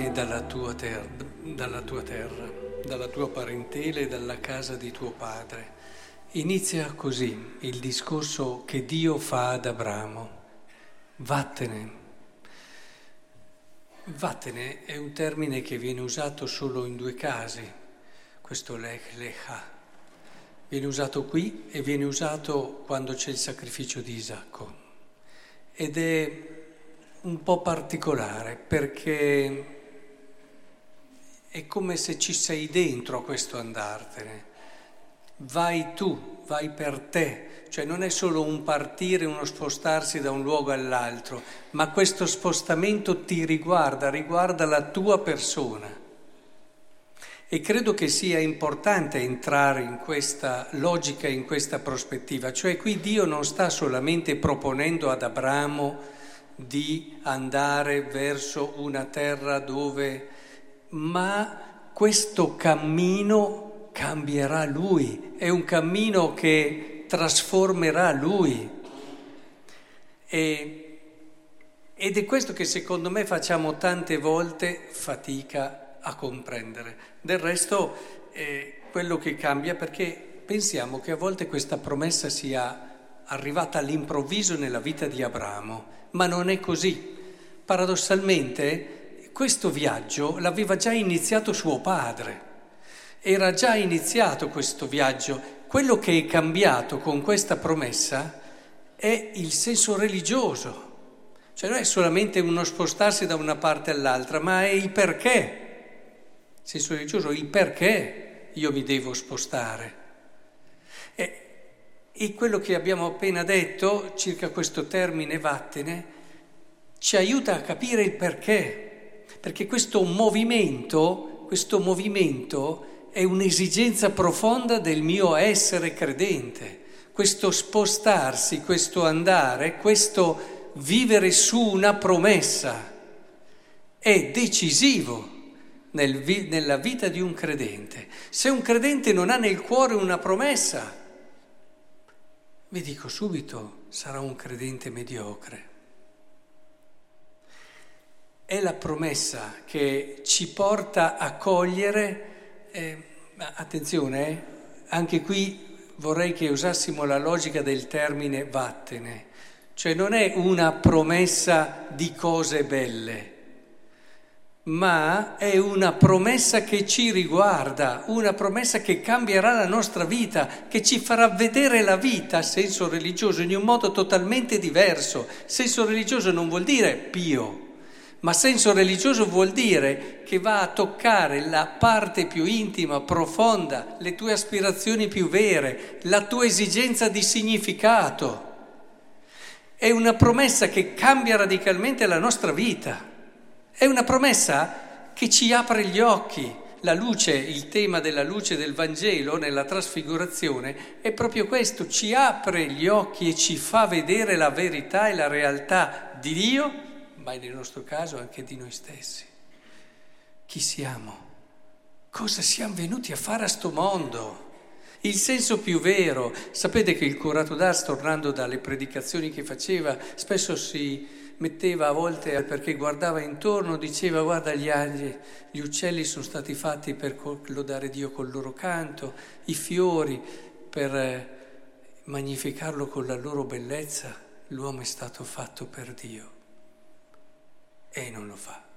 lontani dalla tua terra, dalla tua parentela e dalla casa di tuo padre. Inizia così il discorso che Dio fa ad Abramo. Vattene. Vattene è un termine che viene usato solo in due casi, questo lech lecha. Viene usato qui e viene usato quando c'è il sacrificio di Isacco. Ed è un po' particolare perché è come se ci sei dentro a questo andartene. Vai tu, vai per te, cioè non è solo un partire, uno spostarsi da un luogo all'altro, ma questo spostamento ti riguarda la tua persona. E credo che sia importante entrare in questa logica, in questa prospettiva, cioè qui Dio non sta solamente proponendo ad Abramo di andare verso una terra ma questo cammino cambierà lui, è un cammino che trasformerà lui. Ed è questo che secondo me facciamo tante volte fatica a comprendere. Del resto è quello che cambia perché pensiamo che a volte questa promessa sia arrivata all'improvviso nella vita di Abramo, ma non è così. Paradossalmente questo viaggio l'aveva già iniziato suo padre, era già iniziato questo viaggio. Quello che è cambiato con questa promessa è il senso religioso, cioè non è solamente uno spostarsi da una parte all'altra, ma è il perché. Il senso religioso, il perché io mi devo spostare. E quello che abbiamo appena detto circa questo termine vattene ci aiuta a capire il perché questo movimento è un'esigenza profonda del mio essere credente, questo spostarsi, questo andare, questo vivere su una promessa è decisivo nella vita di un credente. Se un credente non ha nel cuore una promessa, vi dico subito, sarà un credente mediocre. È la promessa che ci porta a cogliere, attenzione, anche qui vorrei che usassimo la logica del termine vattene, cioè non è una promessa di cose belle, ma è una promessa che ci riguarda, una promessa che cambierà la nostra vita, che ci farà vedere la vita a senso religioso in un modo totalmente diverso. Senso religioso non vuol dire pio, ma senso religioso vuol dire che va a toccare la parte più intima, profonda, le tue aspirazioni più vere, la tua esigenza di significato. È una promessa che cambia radicalmente la nostra vita. È una promessa che ci apre gli occhi. La luce, il tema della luce del Vangelo nella trasfigurazione è proprio questo, ci apre gli occhi e ci fa vedere la verità e la realtà di Dio, ma nel nostro caso anche di noi stessi. Chi siamo? Cosa siamo venuti a fare a sto mondo? Il senso più vero. Sapete che il curato d'Ars, tornando dalle predicazioni che faceva, spesso si metteva a volte, perché guardava intorno, diceva: guarda gli angeli, gli uccelli sono stati fatti per lodare Dio col loro canto, i fiori per magnificarlo con la loro bellezza, l'uomo è stato fatto per Dio e non lo fa.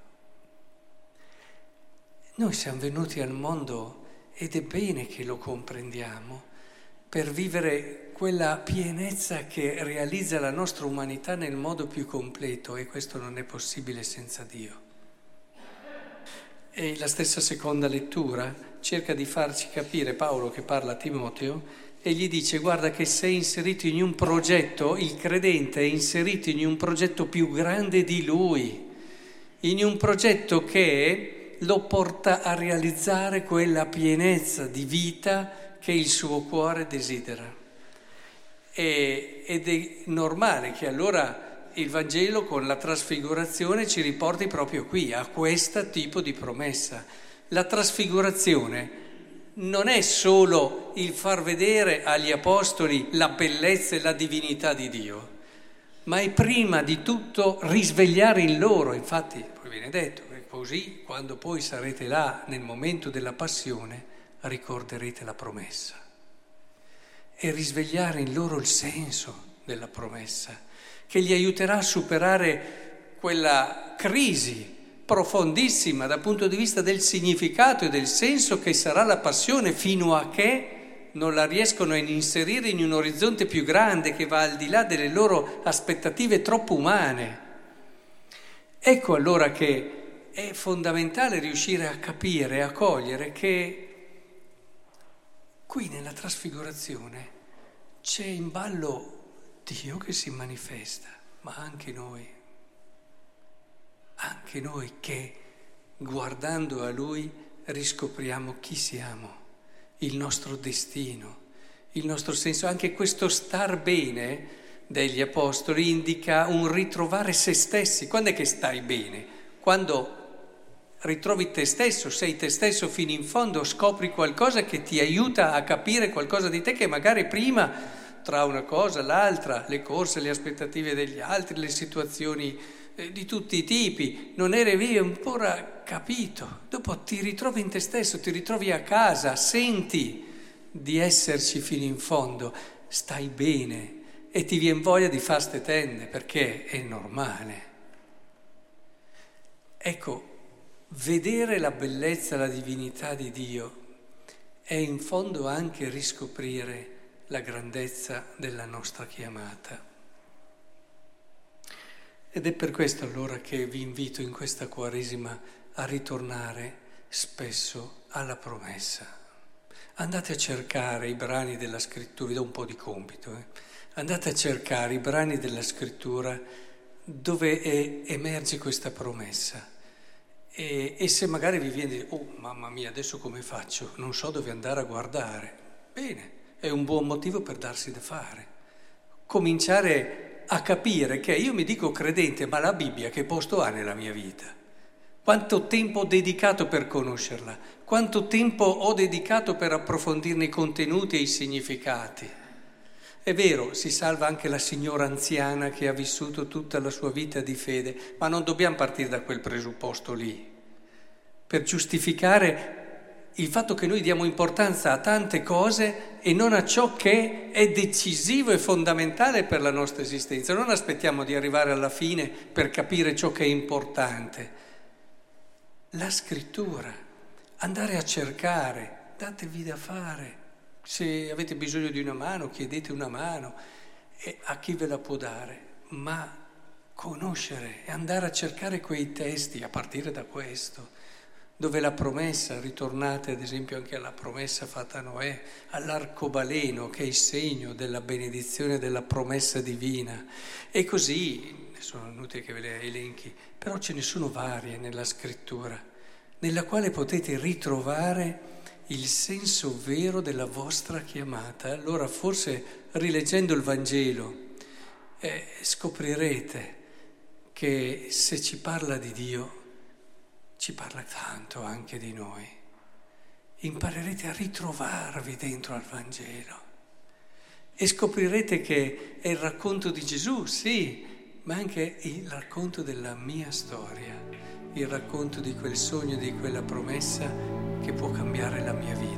Noi siamo venuti al mondo, ed è bene che lo comprendiamo, per vivere quella pienezza che realizza la nostra umanità nel modo più completo, e questo non è possibile senza Dio. E la stessa seconda lettura cerca di farci capire, Paolo che parla a Timoteo e gli dice: guarda che sei inserito in un progetto, il credente è inserito in un progetto più grande di lui, in un progetto che lo porta a realizzare quella pienezza di vita che il suo cuore desidera. Ed è normale che allora il Vangelo con la trasfigurazione ci riporti proprio qui, a questo tipo di promessa. La trasfigurazione non è solo il far vedere agli apostoli la bellezza e la divinità di Dio, ma è prima di tutto risvegliare in loro, infatti poi viene detto, così quando poi sarete là nel momento della passione ricorderete la promessa e risvegliare in loro il senso della promessa che li aiuterà a superare quella crisi profondissima dal punto di vista del significato e del senso che sarà la passione, fino a che non la riescono a inserire in un orizzonte più grande che va al di là delle loro aspettative troppo umane. Ecco allora che è fondamentale riuscire a capire, a cogliere che qui nella trasfigurazione c'è in ballo Dio che si manifesta, ma anche noi che guardando a Lui riscopriamo chi siamo, il nostro destino, il nostro senso. Anche questo star bene degli apostoli indica un ritrovare se stessi. Quando è che stai bene? Quando ritrovi te stesso, sei te stesso fino in fondo, scopri qualcosa che ti aiuta a capire qualcosa di te che magari prima, tra una cosa e l'altra, le corse, le aspettative degli altri, le situazioni di tutti i tipi, non eri ancora capito. Dopo ti ritrovi in te stesso, ti ritrovi a casa, senti di esserci fino in fondo, stai bene e ti viene voglia di fare ste tende perché è normale. Ecco, vedere la bellezza, la divinità di Dio è in fondo anche riscoprire la grandezza della nostra chiamata. Ed è per questo allora che vi invito in questa Quaresima a ritornare spesso alla promessa. Andate a cercare i brani della Scrittura, vi do un po' di compito, Andate a cercare i brani della Scrittura dove emerge questa promessa. E se magari vi viene di dire, oh mamma mia, adesso come faccio? Non so dove andare a guardare. Bene, è un buon motivo per darsi da fare. Cominciare a capire che io mi dico credente, ma la Bibbia che posto ha nella mia vita? Quanto tempo ho dedicato per conoscerla? Quanto tempo ho dedicato per approfondirne i contenuti e i significati? È vero, si salva anche la signora anziana che ha vissuto tutta la sua vita di fede, ma non dobbiamo partire da quel presupposto lì, per giustificare il fatto che noi diamo importanza a tante cose e non a ciò che è decisivo e fondamentale per la nostra esistenza. Non aspettiamo di arrivare alla fine per capire ciò che è importante. La Scrittura, andare a cercare, datevi da fare. Se avete bisogno di una mano, chiedete una mano a chi ve la può dare, ma conoscere e andare a cercare quei testi, a partire da questo, dove la promessa, ritornate ad esempio anche alla promessa fatta a Noè, all'arcobaleno che è il segno della benedizione della promessa divina. E così, sono inutile che ve le elenchi, però ce ne sono varie nella Scrittura, nella quale potete ritrovare il senso vero della vostra chiamata. Allora forse rileggendo il Vangelo scoprirete che se ci parla di Dio, ci parla tanto anche di noi. Imparerete a ritrovarvi dentro al Vangelo e scoprirete che è il racconto di Gesù, sì, ma anche il racconto della mia storia, il racconto di quel sogno, di quella promessa che può cambiare la mia vita.